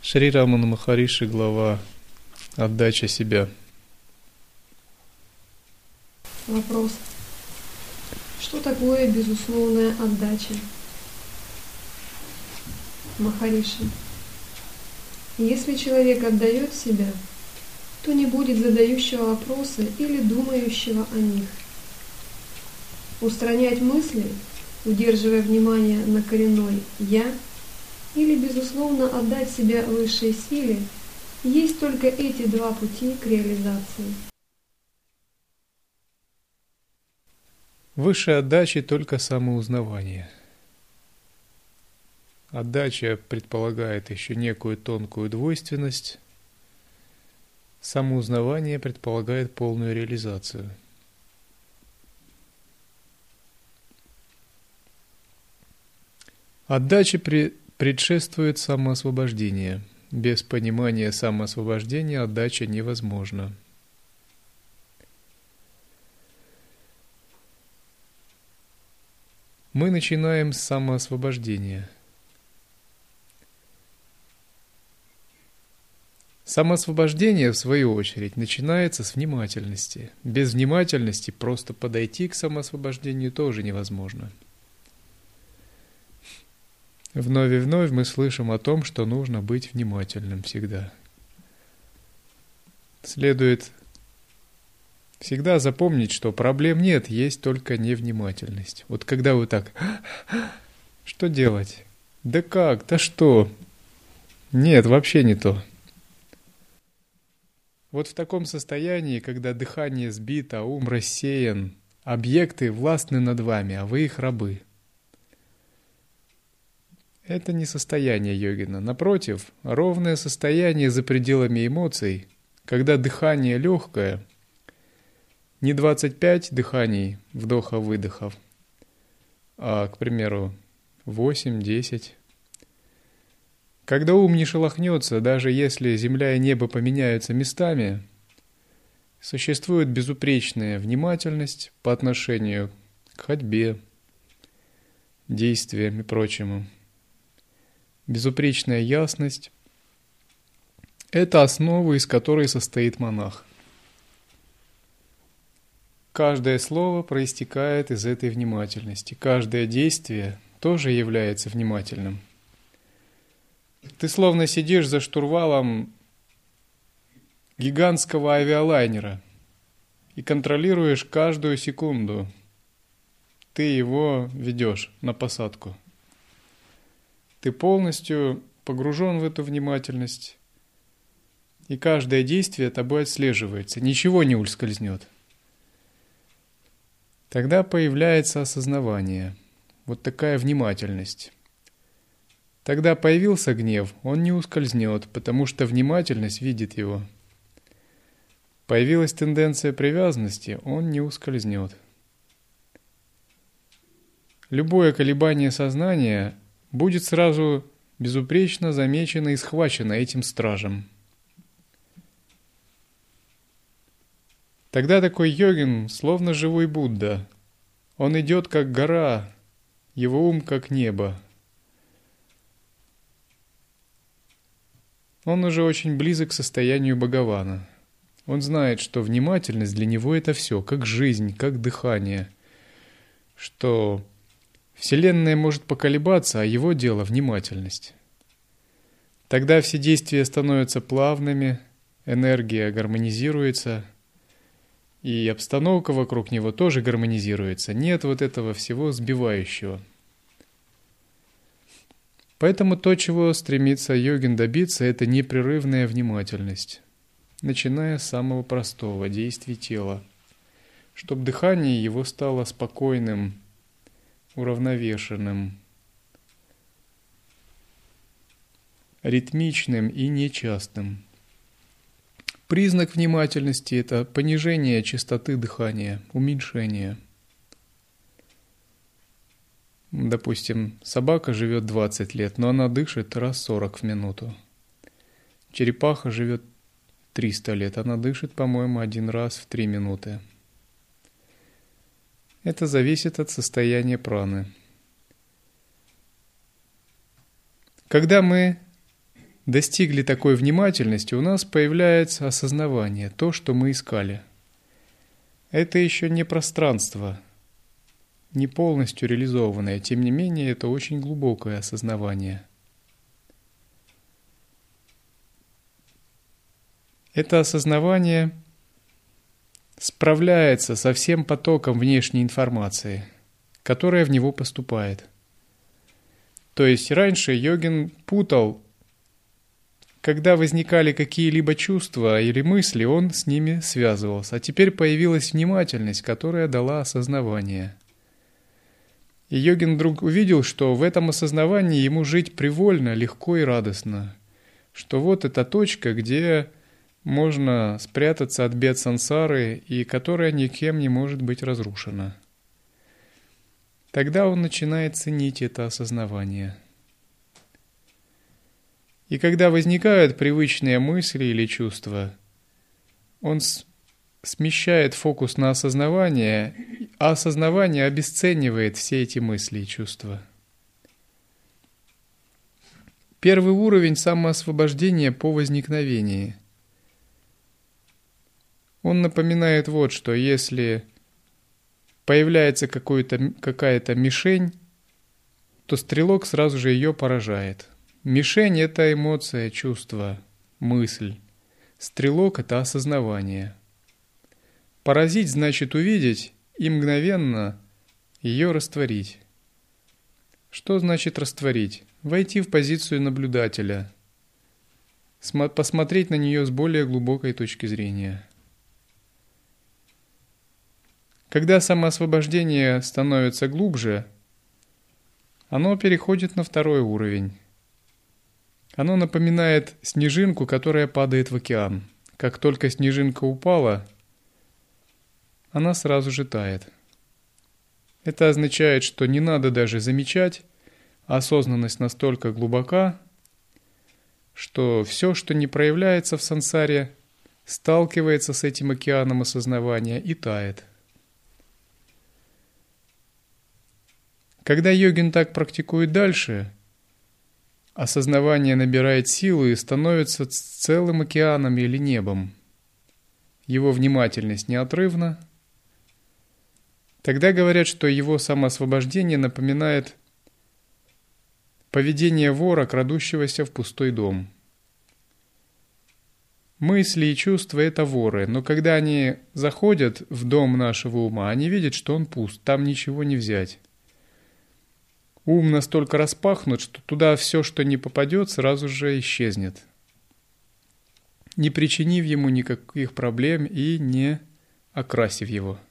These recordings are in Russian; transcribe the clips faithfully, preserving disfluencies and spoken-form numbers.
Шри Рамана Махариши, глава «Отдача себя». Вопрос. Что такое безусловная отдача? Махариши. Если человек отдает себя, то не будет задающего вопросы или думающего о них. Устранять мысли, удерживая внимание на коренной «я», или, безусловно, отдать себя высшей силе, есть только эти два пути к реализации. Высшей отдачи только самоузнавание. Отдача предполагает еще некую тонкую двойственность. Самоузнавание предполагает полную реализацию. Отдаче при... предшествует самоосвобождение. Без понимания самоосвобождения отдача невозможна. Мы начинаем с самоосвобождения. Самоосвобождение, в свою очередь, начинается с внимательности. Без внимательности просто подойти к самоосвобождению тоже невозможно. Вновь и вновь мы слышим о том, что нужно быть внимательным всегда. Следует всегда запомнить, что проблем нет, есть только невнимательность. Вот когда вы так, что делать? Да как? Да что? Нет, вообще не то. Вот в таком состоянии, когда дыхание сбито, ум рассеян, объекты властны над вами, а вы их рабы. Это не состояние йогина. Напротив, ровное состояние за пределами эмоций, когда дыхание легкое, не двадцать пять дыханий, вдоха-выдохов, а, к примеру, восемь-десять. Когда ум не шелохнется, даже если земля и небо поменяются местами, существует безупречная внимательность по отношению к ходьбе, действиям и прочему. Безупречная ясность – это основа, из которой состоит монах. Каждое слово проистекает из этой внимательности, каждое действие тоже является внимательным. Ты словно сидишь за штурвалом гигантского авиалайнера и контролируешь каждую секунду. Ты его ведешь на посадку. Ты полностью погружен в эту внимательность, и каждое действие тобой отслеживается, ничего не ускользнет. Тогда появляется осознавание, вот такая внимательность. Тогда появился гнев, он не ускользнет, потому что внимательность видит его. Появилась тенденция привязанности, он не ускользнет. Любое колебание сознания будет сразу безупречно замечено и схвачено этим стражем. Тогда такой йогин, словно живой Будда, он идет как гора, его ум как небо. Он уже очень близок к состоянию Бхагавана. Он знает, что внимательность для него это все, как жизнь, как дыхание, что Вселенная может поколебаться, а его дело — внимательность. Тогда все действия становятся плавными, энергия гармонизируется, и обстановка вокруг него тоже гармонизируется. Нет вот этого всего сбивающего. Поэтому то, чего стремится йогин добиться, это непрерывная внимательность, начиная с самого простого действия тела, чтобы дыхание его стало спокойным, уравновешенным, ритмичным и нечастым. Признак внимательности – это понижение частоты дыхания, уменьшение. Допустим, собака живет двадцать лет, но она дышит раз сорок в минуту. Черепаха живет триста лет, она дышит, по-моему, один раз в три минуты. Это зависит от состояния праны. Когда мы достигли такой внимательности, у нас появляется осознавание, то, что мы искали. Это еще не пространство, не полностью реализованное, тем не менее, это очень глубокое осознавание. Это осознавание справляется со всем потоком внешней информации, которая в него поступает. То есть раньше йогин путал, когда возникали какие-либо чувства или мысли, он с ними связывался. А теперь появилась внимательность, которая дала осознавание. И йогин вдруг увидел, что в этом осознавании ему жить привольно, легко и радостно. Что вот эта точка, где можно спрятаться от бед сансары и которая никем не может быть разрушена. Тогда он начинает ценить это осознавание. И когда возникают привычные мысли или чувства, он смещает фокус на осознавание, а осознавание обесценивает все эти мысли и чувства. Первый уровень самоосвобождения по возникновении. Он напоминает вот что: если появляется какой-то, какая-то мишень, то стрелок сразу же ее поражает. Мишень – это эмоция, чувство, мысль. Стрелок – это осознавание. Поразить значит увидеть и мгновенно ее растворить. Что значит растворить? Войти в позицию наблюдателя, посмотреть на нее с более глубокой точки зрения. Когда самоосвобождение становится глубже, оно переходит на второй уровень. Оно напоминает снежинку, которая падает в океан. Как только снежинка упала, она сразу же тает. Это означает, что не надо даже замечать, осознанность настолько глубока, что все, что не проявляется в сансаре, сталкивается с этим океаном осознавания и тает. Когда йогин так практикует дальше, осознавание набирает силу и становится целым океаном или небом. Его внимательность неотрывна. Тогда говорят, что его самоосвобождение напоминает поведение вора, крадущегося в пустой дом. Мысли и чувства – это воры, но когда они заходят в дом нашего ума, они видят, что он пуст, там ничего не взять. Ум настолько распахнут, что туда все, что не попадет, сразу же исчезнет, не причинив ему никаких проблем и не окрасив его.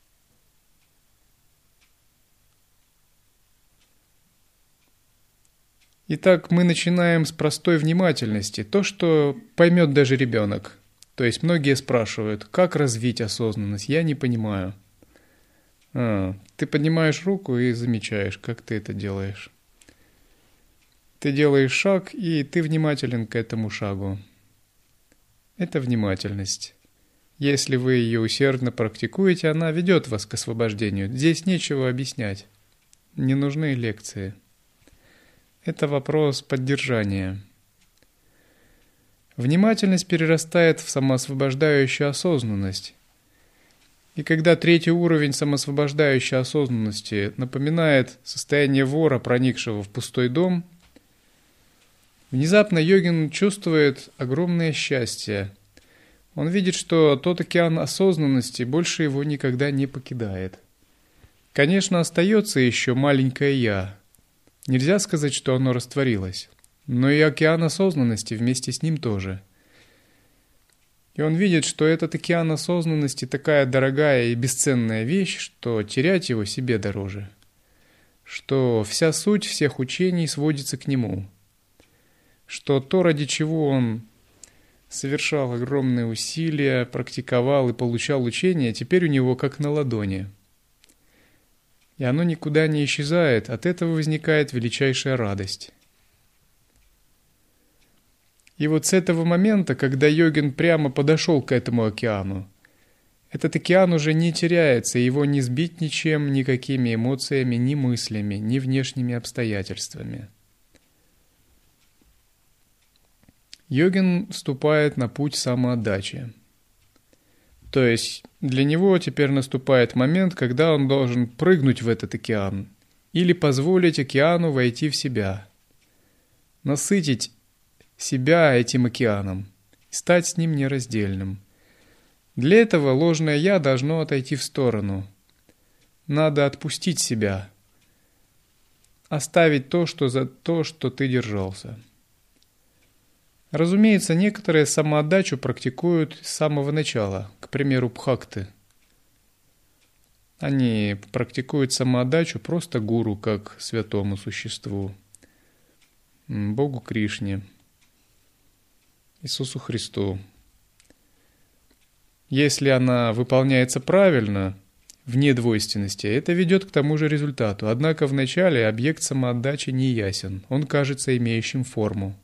Итак, мы начинаем с простой внимательности, то, что поймет даже ребенок. То есть многие спрашивают, как развить осознанность, я не понимаю. А, ты поднимаешь руку и замечаешь, как ты это делаешь. Ты делаешь шаг, и ты внимателен к этому шагу. Это внимательность. Если вы ее усердно практикуете, она ведет вас к освобождению. Здесь нечего объяснять. Не нужны лекции. Это вопрос поддержания. Внимательность перерастает в самоосвобождающую осознанность. И когда третий уровень самоосвобождающей осознанности напоминает состояние вора, проникшего в пустой дом, внезапно йогин чувствует огромное счастье. Он видит, что тот океан осознанности больше его никогда не покидает. Конечно, остается еще маленькое «я». Нельзя сказать, что оно растворилось, но и океан осознанности вместе с ним тоже. И он видит, что этот океан осознанности такая дорогая и бесценная вещь, что терять его себе дороже. Что вся суть всех учений сводится к нему. Что то, ради чего он совершал огромные усилия, практиковал и получал учения, теперь у него как на ладони. И оно никуда не исчезает, от этого возникает величайшая радость. И вот с этого момента, когда йогин прямо подошел к этому океану, этот океан уже не теряется, его не сбить ничем, никакими эмоциями, ни мыслями, ни внешними обстоятельствами. йогин вступает на путь самоотдачи. То есть для него теперь наступает момент, когда он должен прыгнуть в этот океан или позволить океану войти в себя, насытить себя этим океаном и стать с ним нераздельным. Для этого ложное «я» должно отойти в сторону. Надо отпустить себя, оставить то, что за то, что ты держался. Разумеется, некоторые самоотдачу практикуют с самого начала, к примеру, бхакты. Они практикуют самоотдачу просто гуру, как святому существу, Богу Кришне, Иисусу Христу. Если она выполняется правильно, вне двойственности, это ведет к тому же результату. Однако вначале объект самоотдачи не ясен, он кажется имеющим форму.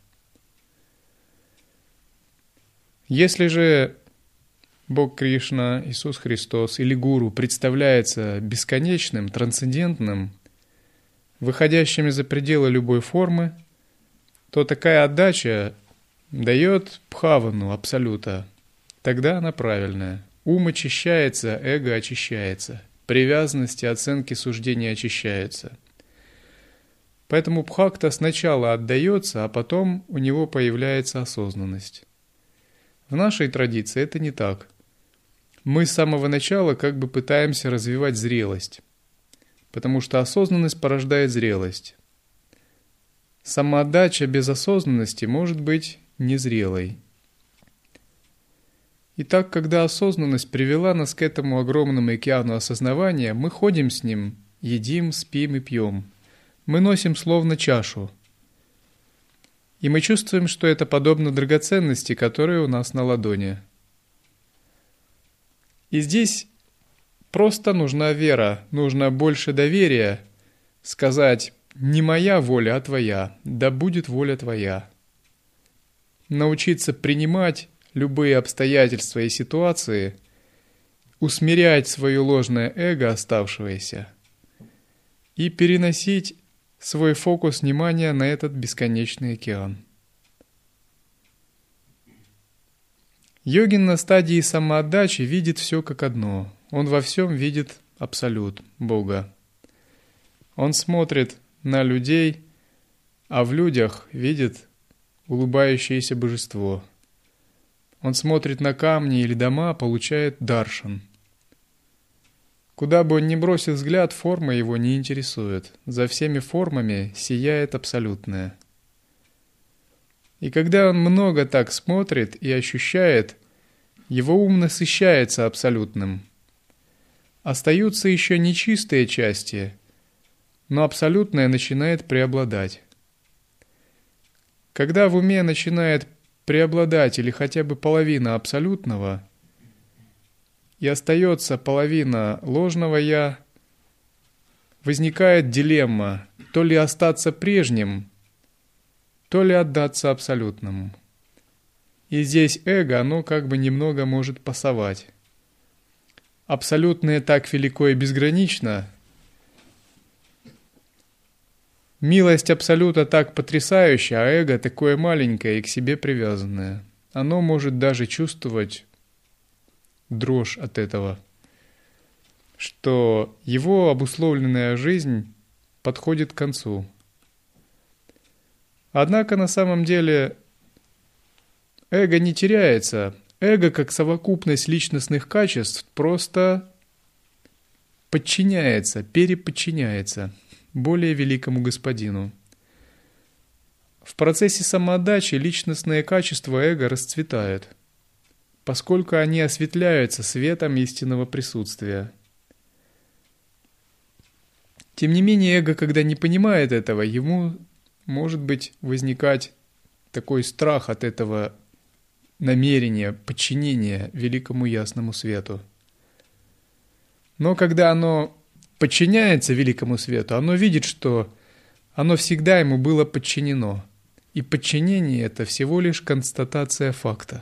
Если же Бог Кришна, Иисус Христос или Гуру представляется бесконечным, трансцендентным, выходящим за пределы любой формы, то такая отдача дает бхавану, абсолюта. Тогда она правильная. Ум очищается, эго очищается, привязанности, оценки, суждения очищаются. Поэтому бхакта сначала отдается, а потом у него появляется осознанность. В нашей традиции это не так. Мы с самого начала как бы пытаемся развивать зрелость, потому что осознанность порождает зрелость. Самоотдача без осознанности может быть незрелой. Итак, когда осознанность привела нас к этому огромному океану осознавания, мы ходим с ним, едим, спим и пьем. Мы носим словно чашу. И мы чувствуем, что это подобно драгоценности, которая у нас на ладони. И здесь просто нужна вера, нужно больше доверия, сказать «не моя воля, а твоя, да будет воля твоя». Научиться принимать любые обстоятельства и ситуации, усмирять свое ложное эго, оставшееся, и переносить свой фокус внимания на этот бесконечный океан. Йогин на стадии самоотдачи видит все как одно. Он во всем видит абсолют, Бога. Он смотрит на людей, а в людях видит улыбающееся божество. Он смотрит на камни или дома, получает даршан. Куда бы он ни бросил взгляд, форма его не интересует. За всеми формами сияет абсолютное. И когда он много так смотрит и ощущает, его ум насыщается абсолютным. Остаются еще нечистые части, но абсолютное начинает преобладать. Когда в уме начинает преобладать или хотя бы половина абсолютного, и остается половина ложного «я», возникает дилемма, то ли остаться прежним, то ли отдаться абсолютному. И здесь эго, оно как бы немного может пасовать. Абсолютное так велико и безгранично, милость абсолюта так потрясающая, а эго такое маленькое и к себе привязанное. Оно может даже чувствовать дрожь от этого, что его обусловленная жизнь подходит к концу. Однако на самом деле эго не теряется. Эго, как совокупность личностных качеств, просто подчиняется, переподчиняется более великому господину. В процессе самоотдачи личностные качества эго расцветают, поскольку они осветляются светом истинного присутствия. Тем не менее, эго, когда не понимает этого, ему может быть возникать такой страх от этого намерения, подчинения великому ясному свету. Но когда оно подчиняется великому свету, оно видит, что оно всегда ему было подчинено. И подчинение – это всего лишь констатация факта.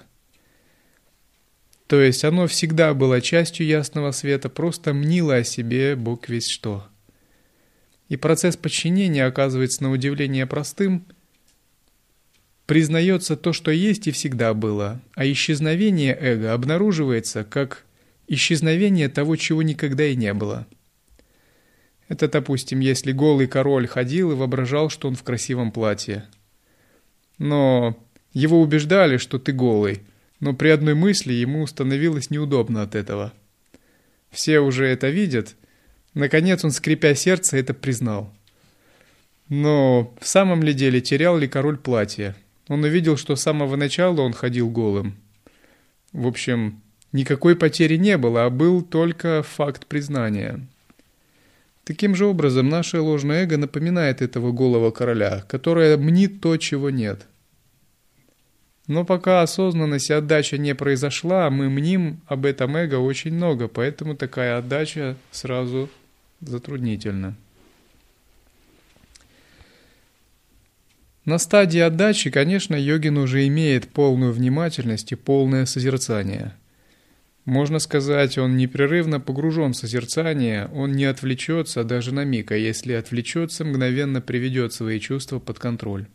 То есть оно всегда было частью ясного света, просто мнило о себе Бог весть что. И процесс подчинения оказывается на удивление простым, признается то, что есть и всегда было, а исчезновение эго обнаруживается как исчезновение того, чего никогда и не было. Это, допустим, если голый король ходил и воображал, что он в красивом платье. Но его убеждали, что ты голый, но при одной мысли ему становилось неудобно от этого. Все уже это видят. Наконец он, скрипя сердце, это признал. Но в самом ли деле терял ли король платье? Он увидел, что с самого начала он ходил голым. В общем, никакой потери не было, а был только факт признания. Таким же образом, наше ложное эго напоминает этого голого короля, которое мнит то, чего нет. Но пока осознанность и отдача не произошла, мы мним об этом эго очень много, поэтому такая отдача сразу затруднительна. На стадии отдачи, конечно, йогин уже имеет полную внимательность и полное созерцание. Можно сказать, он непрерывно погружен в созерцание, он не отвлечется даже на миг, а если отвлечется, мгновенно приведет свои чувства под контроль.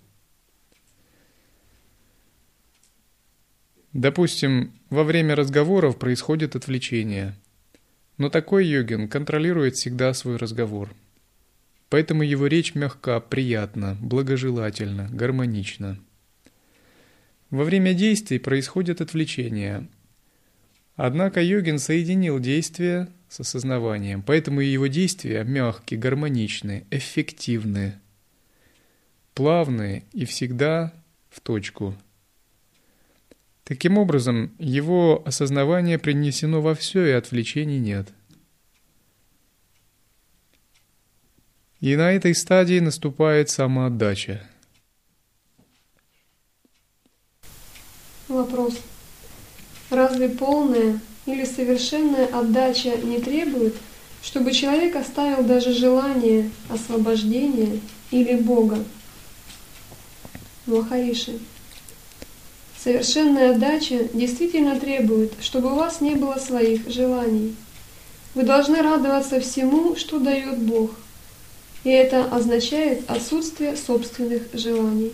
Допустим, во время разговоров происходит отвлечение, но такой йогин контролирует всегда свой разговор. Поэтому его речь мягка, приятна, благожелательна, гармонична. Во время действий происходит отвлечение. Однако йогин соединил действие с осознаванием, поэтому его действия мягкие, гармоничные, эффективные, плавные и всегда в точку. Таким образом, его осознавание принесено во все, и отвлечений нет. И на этой стадии наступает самоотдача. Вопрос. Разве полная или совершенная отдача не требует, чтобы человек оставил даже желание освобождения или Бога? Махариши. Совершенная отдача действительно требует, чтобы у вас не было своих желаний. Вы должны радоваться всему, что дает Бог. И это означает отсутствие собственных желаний.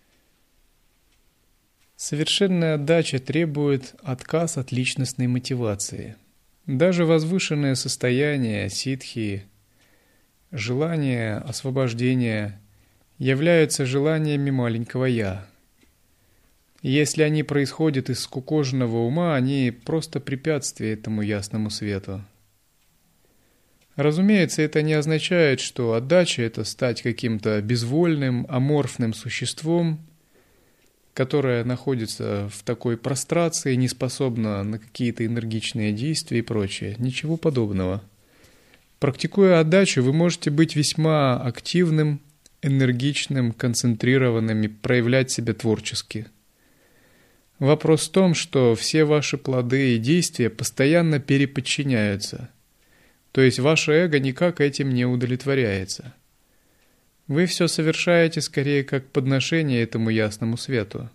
Совершенная отдача требует отказ от личностной мотивации. Даже возвышенное состояние ситхи, желание освобождения являются желаниями маленького «я». Если они происходят из скукоженного ума, они просто препятствие этому ясному свету. Разумеется, это не означает, что отдача – это стать каким-то безвольным, аморфным существом, которое находится в такой прострации, не способно на какие-то энергичные действия и прочее. Ничего подобного. Практикуя отдачу, вы можете быть весьма активным, энергичным, концентрированным и проявлять себя творчески. Вопрос в том, что все ваши плоды и действия постоянно переподчиняются. То есть ваше эго никак этим не удовлетворяется. Вы все совершаете скорее как подношение этому ясному свету.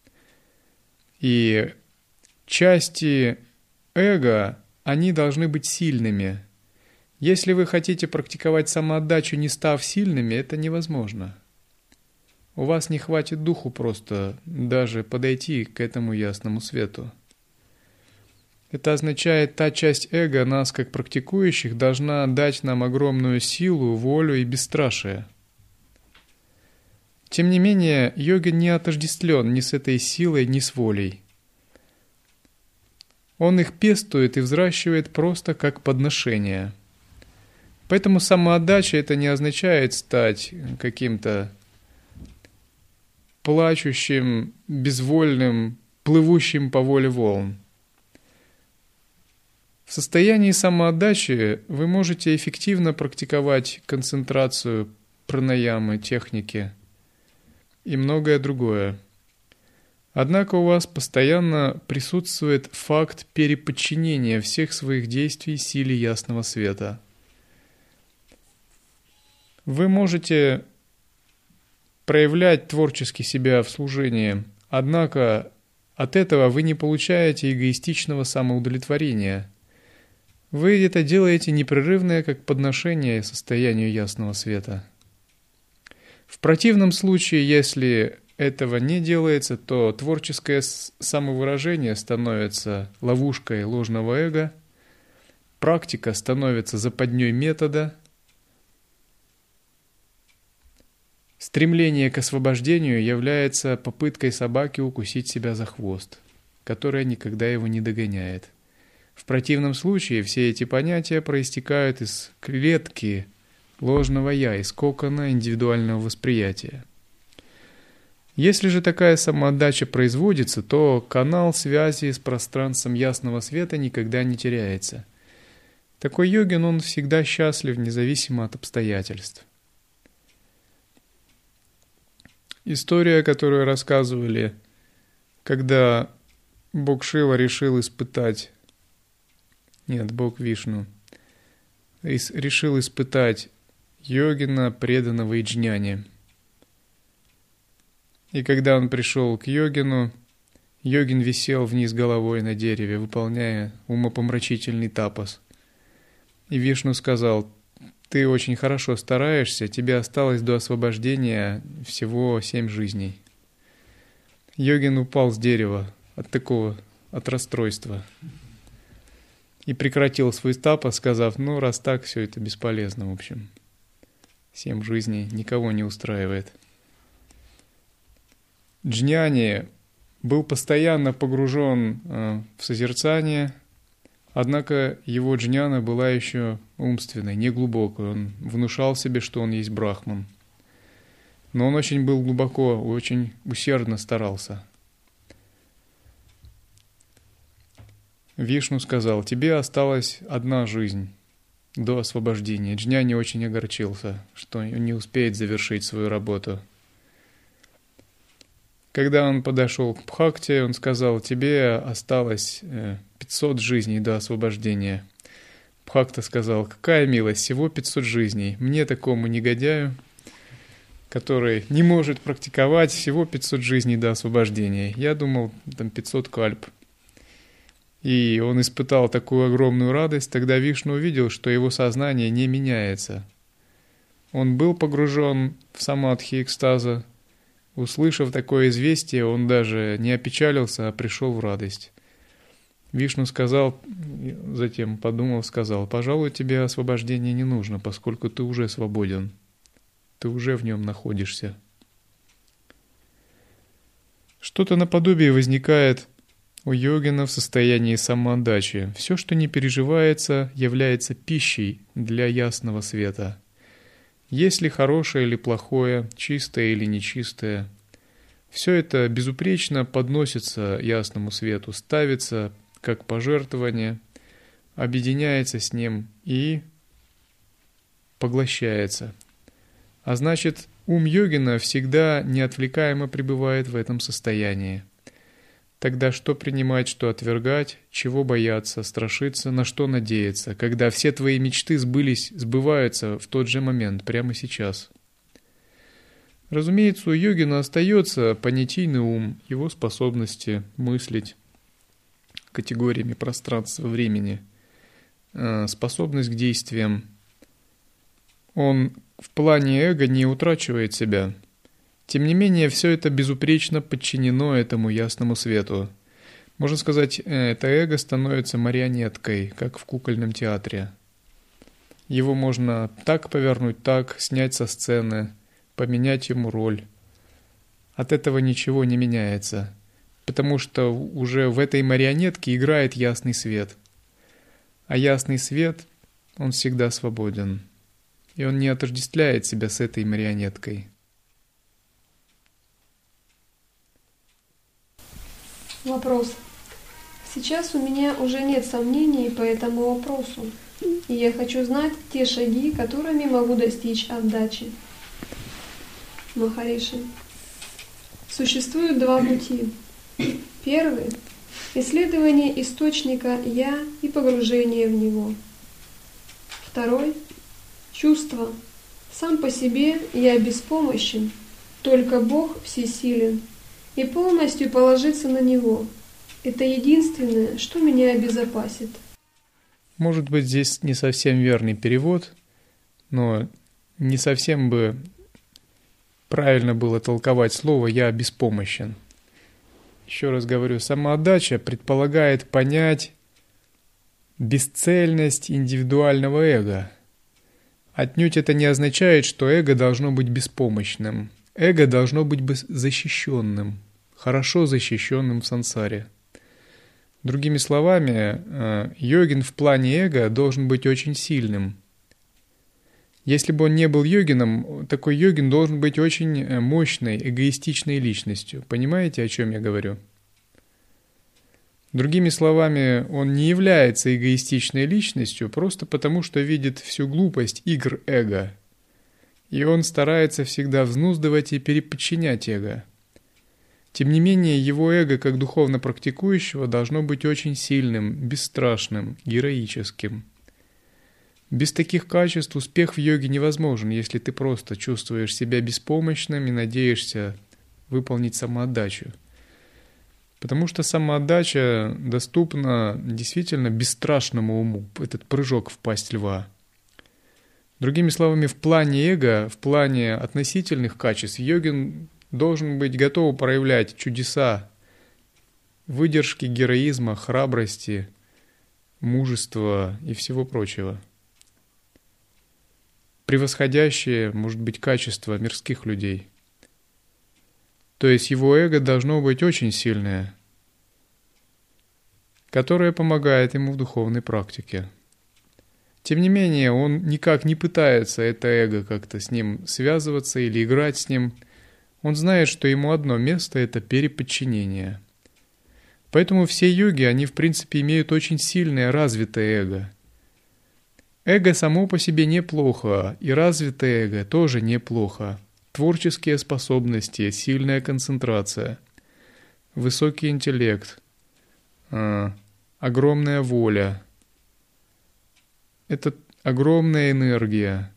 И части эго, они должны быть сильными. Если вы хотите практиковать самоотдачу, не став сильными, это невозможно. У вас не хватит духу просто даже подойти к этому ясному свету. Это означает, та часть эго нас, как практикующих, должна дать нам огромную силу, волю и бесстрашие. Тем не менее, йогин не отождествлен ни с этой силой, ни с волей. Он их пестует и взращивает просто как подношение. Поэтому самоотдача это не означает стать каким-то плачущим, безвольным, плывущим по воле волн. В состоянии самоотдачи вы можете эффективно практиковать концентрацию, пранаямы, техники и многое другое. Однако у вас постоянно присутствует факт переподчинения всех своих действий силе ясного света. Вы можете проявлять творчески себя в служении, однако от этого вы не получаете эгоистичного самоудовлетворения. Вы это делаете непрерывное как подношение состоянию ясного света. В противном случае, если этого не делается, то творческое самовыражение становится ловушкой ложного эго, практика становится западней метода, стремление к освобождению является попыткой собаки укусить себя за хвост, которая никогда его не догоняет. В противном случае все эти понятия проистекают из клетки ложного «я», из кокона индивидуального восприятия. Если же такая самоотдача производится, то канал связи с пространством ясного света никогда не теряется. Такой йогин, он всегда счастлив, независимо от обстоятельств. История, которую рассказывали, когда Бог Шива решил испытать, нет, Бог Вишну, решил испытать йогина, преданного иджняне. И когда он пришел к йогину, йогин висел вниз головой на дереве, выполняя умопомрачительный тапас. И Вишну сказал: «Ты очень хорошо стараешься, тебе осталось до освобождения всего семь жизней». Йогин упал с дерева от такого, от расстройства. И прекратил свой тапас, сказав: «Ну, раз так, все это бесполезно, в общем. Семь жизней никого не устраивает». Джняни был постоянно погружен э, в созерцание, однако его джняна была еще умственной, неглубокой. Он внушал себе, что он есть брахман. Но он очень был глубоко, очень усердно старался. Вишну сказал: «Тебе осталась одна жизнь до освобождения». Джняни очень огорчился, что не успеет завершить свою работу. Когда он подошел к Бхакти, он сказал: «Тебе осталось пятьсот жизней до освобождения». Бхакта сказал: «Какая милость, всего пятьсот жизней. Мне, такому негодяю, который не может практиковать, всего пятьсот жизней до освобождения. Я думал, там пятьсот кальп». И он испытал такую огромную радость. Тогда Вишну увидел, что его сознание не меняется. Он был погружен в самадхи экстаза. Услышав такое известие, он даже не опечалился, а пришел в радость. Вишну сказал, затем подумал, сказал: «Пожалуй, тебе освобождение не нужно, поскольку ты уже свободен. Ты уже в нем находишься». Что-то наподобие возникает у йогина в состоянии самоотдачи. Все, что не переживается, является пищей для ясного света. Есть ли хорошее или плохое, чистое или нечистое, все это безупречно подносится ясному свету, ставится как пожертвование, объединяется с ним и поглощается. А значит, ум йогина всегда неотвлекаемо пребывает в этом состоянии. Тогда что принимать, что отвергать, чего бояться, страшиться, на что надеяться, когда все твои мечты сбылись, сбываются в тот же момент, прямо сейчас? Разумеется, у йогина остается понятийный ум, его способности мыслить категориями пространства-времени, способность к действиям. Он в плане эго не утрачивает себя. Тем не менее, все это безупречно подчинено этому ясному свету. Можно сказать, это эго становится марионеткой, как в кукольном театре. Его можно так повернуть, так, снять со сцены, поменять ему роль. От этого ничего не меняется, потому что уже в этой марионетке играет ясный свет. А ясный свет, он всегда свободен, и он не отождествляет себя с этой марионеткой. Вопрос. Сейчас у меня уже нет сомнений по этому вопросу, и я хочу знать те шаги, которыми могу достичь отдачи. Махариши. Существует два пути. Первый – исследование источника «я» и погружение в него. Второй – чувство. Сам по себе я беспомощен, только Бог всесилен. И полностью положиться на Него. Это единственное, что меня обезопасит. Может быть, здесь не совсем верный перевод, но не совсем бы правильно было толковать слово «я беспомощен». Еще раз говорю, самоотдача предполагает понять бесцельность индивидуального эго. Отнюдь это не означает, что эго должно быть беспомощным. Эго должно быть защищенным, хорошо защищенным в сансаре. Другими словами, йогин в плане эго должен быть очень сильным. Если бы он не был йогином, такой йогин должен быть очень мощной, эгоистичной личностью. Понимаете, о чем я говорю? Другими словами, он не является эгоистичной личностью просто потому, что видит всю глупость игр эго. И он старается всегда взнуздывать и переподчинять эго. Тем не менее, его эго, как духовно практикующего, должно быть очень сильным, бесстрашным, героическим. Без таких качеств успех в йоге невозможен, если ты просто чувствуешь себя беспомощным и надеешься выполнить самоотдачу. Потому что самоотдача доступна действительно бесстрашному уму, этот прыжок в пасть льва. Другими словами, в плане эго, в плане относительных качеств, йогин должен быть готов проявлять чудеса, выдержки, героизма, храбрости, мужества и всего прочего, превосходящие, может быть, качества мирских людей. То есть его эго должно быть очень сильное, которое помогает ему в духовной практике. Тем не менее, он никак не пытается это эго как-то с ним связываться или играть с ним. Он знает, что ему одно место – это переподчинение. Поэтому все йоги, они в принципе имеют очень сильное развитое эго. Эго само по себе неплохо, и развитое эго тоже неплохо. Творческие способности, сильная концентрация, высокий интеллект, э, огромная воля. Это огромная энергия,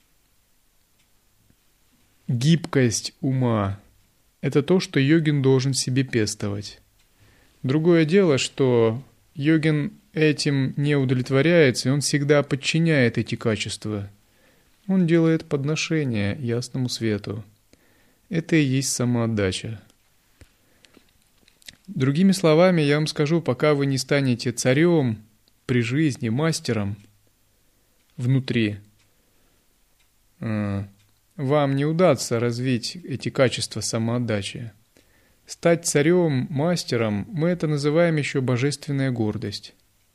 гибкость ума. Это то, что йогин должен себе пестовать. Другое дело, что йогин этим не удовлетворяется, и он всегда подчиняет эти качества. Он делает подношение ясному свету. Это и есть самоотдача. Другими словами, я вам скажу, пока вы не станете царем при жизни, мастером внутри, вам не удастся развить эти качества самоотдачи. Стать царем, мастером, мы это называем еще божественная гордость.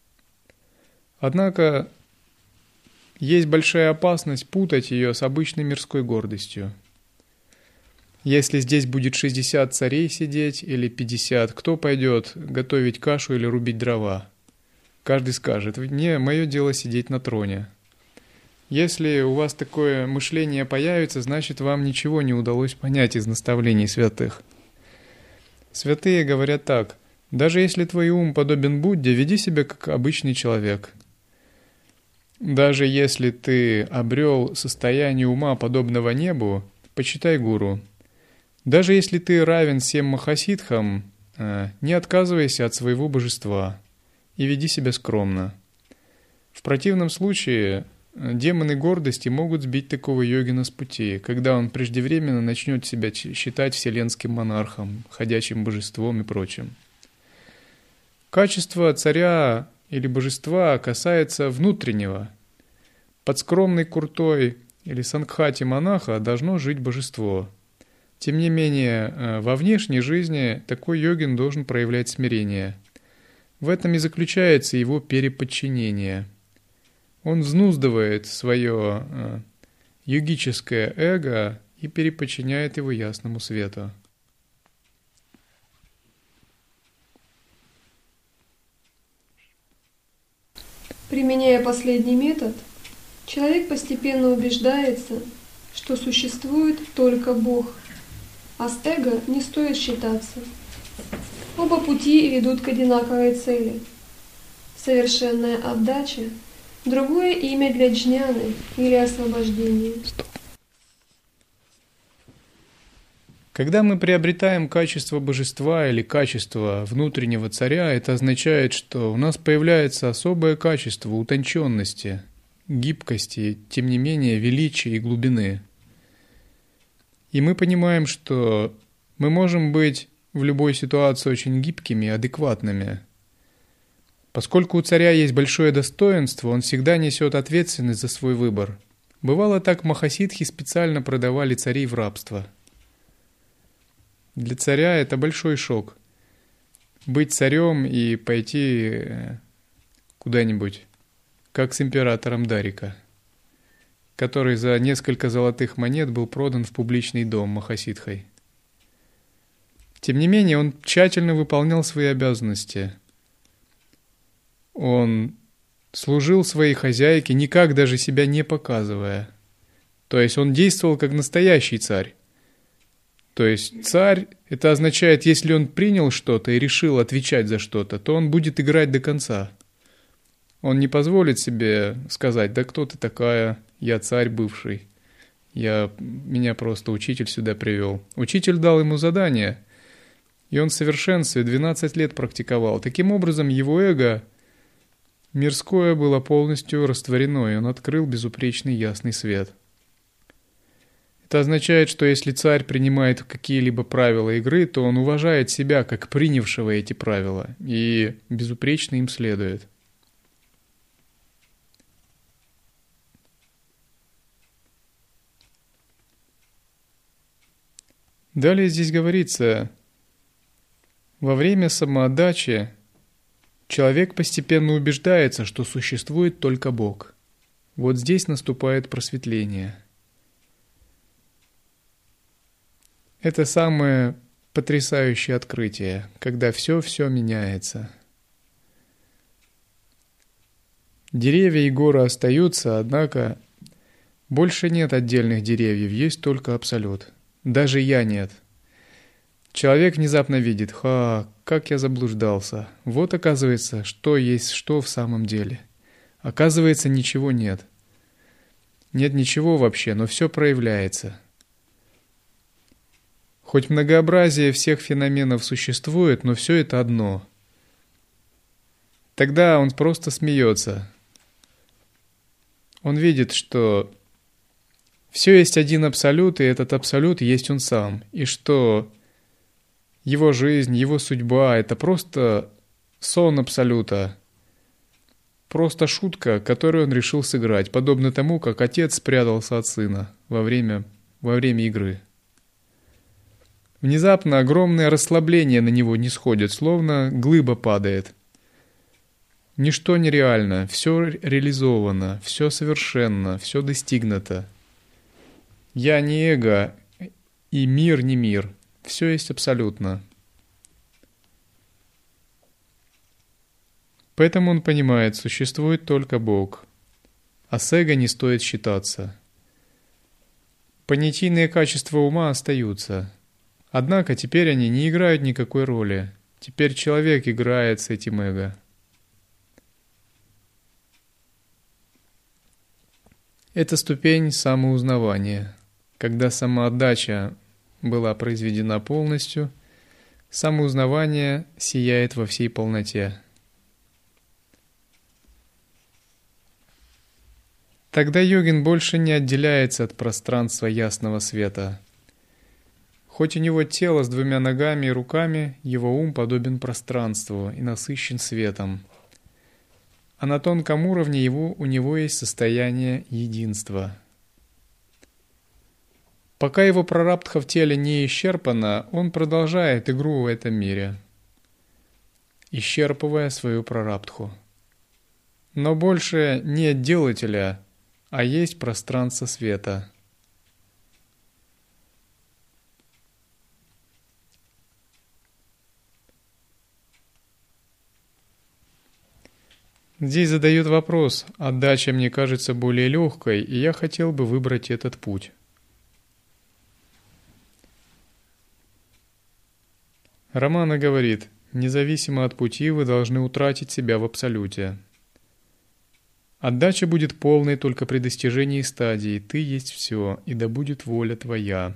Однако есть большая опасность путать ее с обычной мирской гордостью. Если здесь будет шестьдесят царей сидеть или пятьдесят, кто пойдет готовить кашу или рубить дрова? Каждый скажет: «Не, мое дело сидеть на троне». Если у вас такое мышление появится, значит, вам ничего не удалось понять из наставлений святых. Святые говорят так: даже если твой ум подобен Будде, веди себя как обычный человек. Даже если ты обрел состояние ума, подобного небу, почитай гуру. Даже если ты равен всем махасидхам, не отказывайся от своего божества и веди себя скромно. В противном случае демоны гордости могут сбить такого йогина с пути, когда он преждевременно начнет себя считать вселенским монархом, ходячим божеством и прочим. Качество царя или божества касается внутреннего. Под скромной куртой или сангхати монаха должно жить божество. Тем не менее, во внешней жизни такой йогин должен проявлять смирение. В этом и заключается его переподчинение. Он взнуздывает свое э, йогическое эго и переподчиняет его ясному свету. Применяя последний метод, человек постепенно убеждается, что существует только Бог, а с эго не стоит считаться. Оба пути ведут к одинаковой цели. Совершенная отдача – другое имя для джняны или освобождения. Когда мы приобретаем качество божества или качество внутреннего царя, это означает, что у нас появляется особое качество утонченности, гибкости, тем не менее величия и глубины. И мы понимаем, что мы можем быть в любой ситуации очень гибкими, адекватными. Поскольку у царя есть большое достоинство, он всегда несет ответственность за свой выбор. Бывало так, махасидхи специально продавали царей в рабство. Для царя это большой шок. Быть царем и пойти куда-нибудь, как с императором Дарика, который за несколько золотых монет был продан в публичный дом махасидхой. Тем не менее, он тщательно выполнял свои обязанности. Он служил своей хозяйке, никак даже себя не показывая. То есть он действовал как настоящий царь. То есть царь, это означает, если он принял что-то и решил отвечать за что-то, то он будет играть до конца. Он не позволит себе сказать: да кто ты такая, я царь бывший, я, меня просто учитель сюда привел. Учитель дал ему задание, и он в совершенстве двенадцать лет практиковал. Таким образом, его эго мирское было полностью растворено, и он открыл безупречный ясный свет. Это означает, что если царь принимает какие-либо правила игры, то он уважает себя как принявшего эти правила и безупречно им следует. Далее здесь говорится: во время самоотдачи человек постепенно убеждается, что существует только Бог. Вот здесь наступает просветление. Это самое потрясающее открытие, когда все-все меняется. Деревья и горы остаются, однако больше нет отдельных деревьев, есть только Абсолют. Даже я нет. Человек внезапно видит: ха, как я заблуждался. Вот оказывается, что есть что в самом деле. Оказывается, ничего нет. Нет ничего вообще, но все проявляется. Хоть многообразие всех феноменов существует, но все это одно. Тогда он просто смеется. Он видит, что все есть один Абсолют, и этот Абсолют есть он сам. И что его жизнь, его судьба — это просто сон Абсолюта. Просто шутка, которую он решил сыграть, подобно тому, как отец спрятался от сына во время, во время игры. Внезапно огромное расслабление на него нисходит, словно глыба падает. Ничто нереально, все реализовано, все совершенно, все достигнуто. Я не эго, и мир не мир, все есть абсолютно. Поэтому он понимает, существует только Бог, а с эго не стоит считаться. Понятийные качества ума остаются. Однако теперь они не играют никакой роли. Теперь человек играет с этим эго. Это ступень самоузнавания. Когда самоотдача была произведена полностью, самоузнавание сияет во всей полноте. Тогда йогин больше не отделяется от пространства ясного света. Хоть у него тело с двумя ногами и руками, его ум подобен пространству и насыщен светом. А на тонком уровне его, у него есть состояние единства. Пока его прарабдха в теле не исчерпана, он продолжает игру в этом мире, исчерпывая свою прарабдху. Но больше нет делателя, а есть пространство света. Здесь задают вопрос: отдача мне кажется более легкой, и я хотел бы выбрать этот путь. Рамана говорит: независимо от пути вы должны утратить себя в Абсолюте. Отдача будет полной только при достижении стадии «Ты есть все, и да будет воля твоя».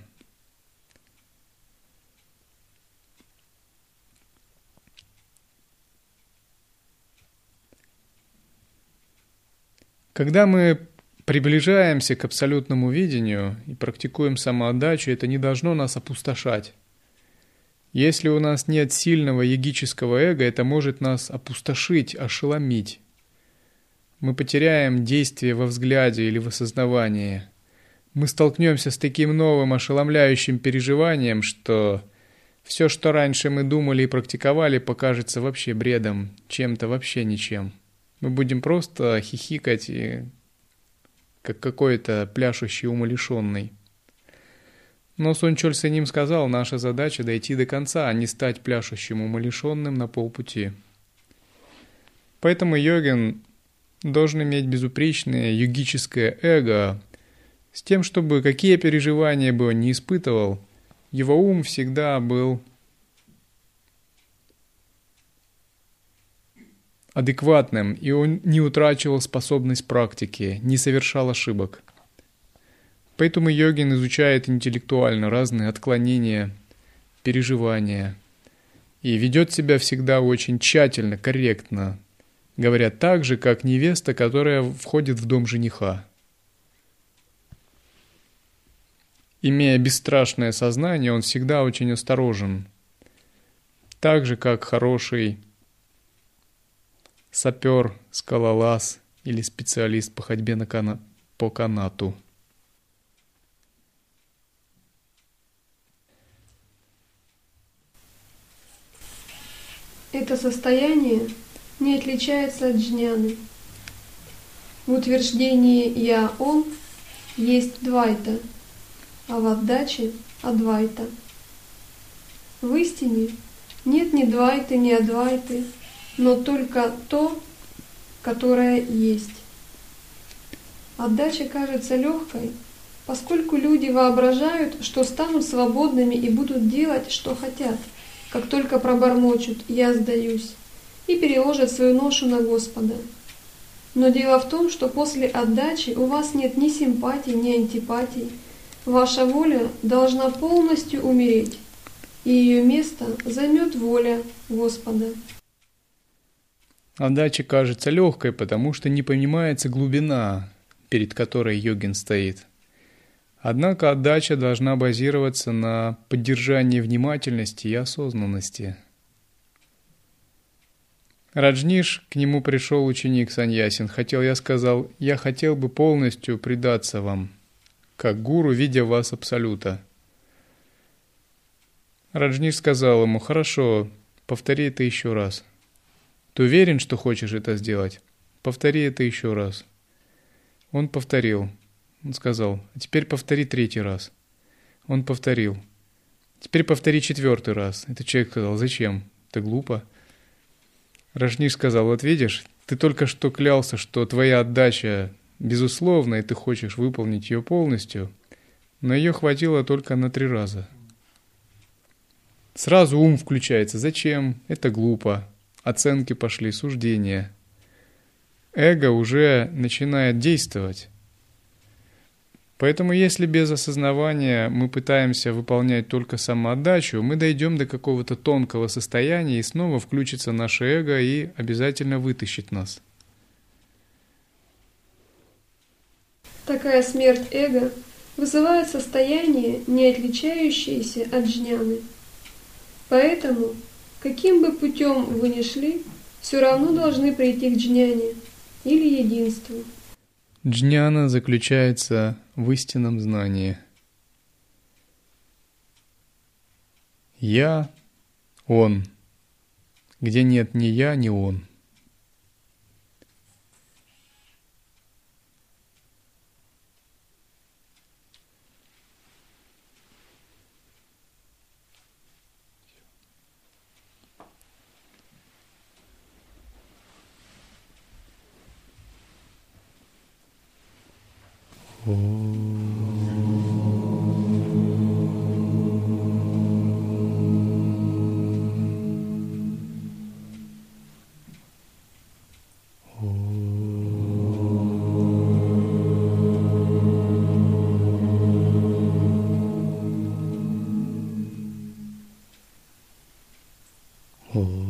Когда мы приближаемся к абсолютному видению и практикуем самоотдачу, это не должно нас опустошать. Если у нас нет сильного йогического эго, это может нас опустошить, ошеломить. Мы потеряем действие во взгляде или в осознавании. Мы столкнемся с таким новым ошеломляющим переживанием, что все, что раньше мы думали и практиковали, покажется вообще бредом, чем-то вообще ничем. Мы будем просто хихикать, и как какой-то пляшущий умалишенный. Но Сун Чоль Сеним сказал, наша задача дойти до конца, а не стать пляшущим умалишенным на полпути. Поэтому йогин должен иметь безупречное йогическое эго, с тем, чтобы какие переживания бы он ни испытывал, его ум всегда был адекватным, и он не утрачивал способность практики, не совершал ошибок. Поэтому йогин изучает интеллектуально разные отклонения, переживания и ведет себя всегда очень тщательно, корректно, говоря так же, как невеста, которая входит в дом жениха. Имея бесстрашное сознание, он всегда очень осторожен, так же, как хороший сапер, скалолаз или специалист по ходьбе на кана... по канату. Это состояние не отличается от джняны. В утверждении «я, он» есть двайта, а в отдаче – адвайта. В истине нет ни двайты, ни адвайты, но только то, которое есть. Отдача кажется легкой, поскольку люди воображают, что станут свободными и будут делать, что хотят, как только пробормочут «я сдаюсь» и переложат свою ношу на Господа. Но дело в том, что после отдачи у вас нет ни симпатий, ни антипатий. Ваша воля должна полностью умереть, и ее место займет воля Господа. Отдача кажется легкой, потому что не понимается глубина, перед которой йогин стоит. Однако отдача должна базироваться на поддержании внимательности и осознанности. Раджниш, к нему пришел ученик Саньясин. Хотел, я сказал, я хотел бы полностью предаться вам, как гуру, видя в вас абсолюта. Раджниш сказал ему, хорошо, повтори это еще раз. Ты уверен, что хочешь это сделать? Повтори это еще раз. Он повторил. Он сказал, а теперь повтори третий раз. Он повторил. Теперь повтори четвертый раз. Этот человек сказал, зачем? Это глупо. Раджниш сказал, вот видишь, ты только что клялся, что твоя отдача безусловна, и ты хочешь выполнить ее полностью, но ее хватило только на три раза. Сразу ум включается. Зачем? Это глупо. Оценки пошли, суждения. Эго уже начинает действовать. Поэтому если без осознавания мы пытаемся выполнять только самоотдачу, мы дойдем до какого-то тонкого состояния, и снова включится наше эго и обязательно вытащит нас. Такая смерть эго вызывает состояние, не отличающееся от джняны. Поэтому, каким бы путем вы ни шли, все равно должны прийти к джняне или единству. Джняна заключается в истинном знании. Я, Он, где нет ни я, ни Он. Oh.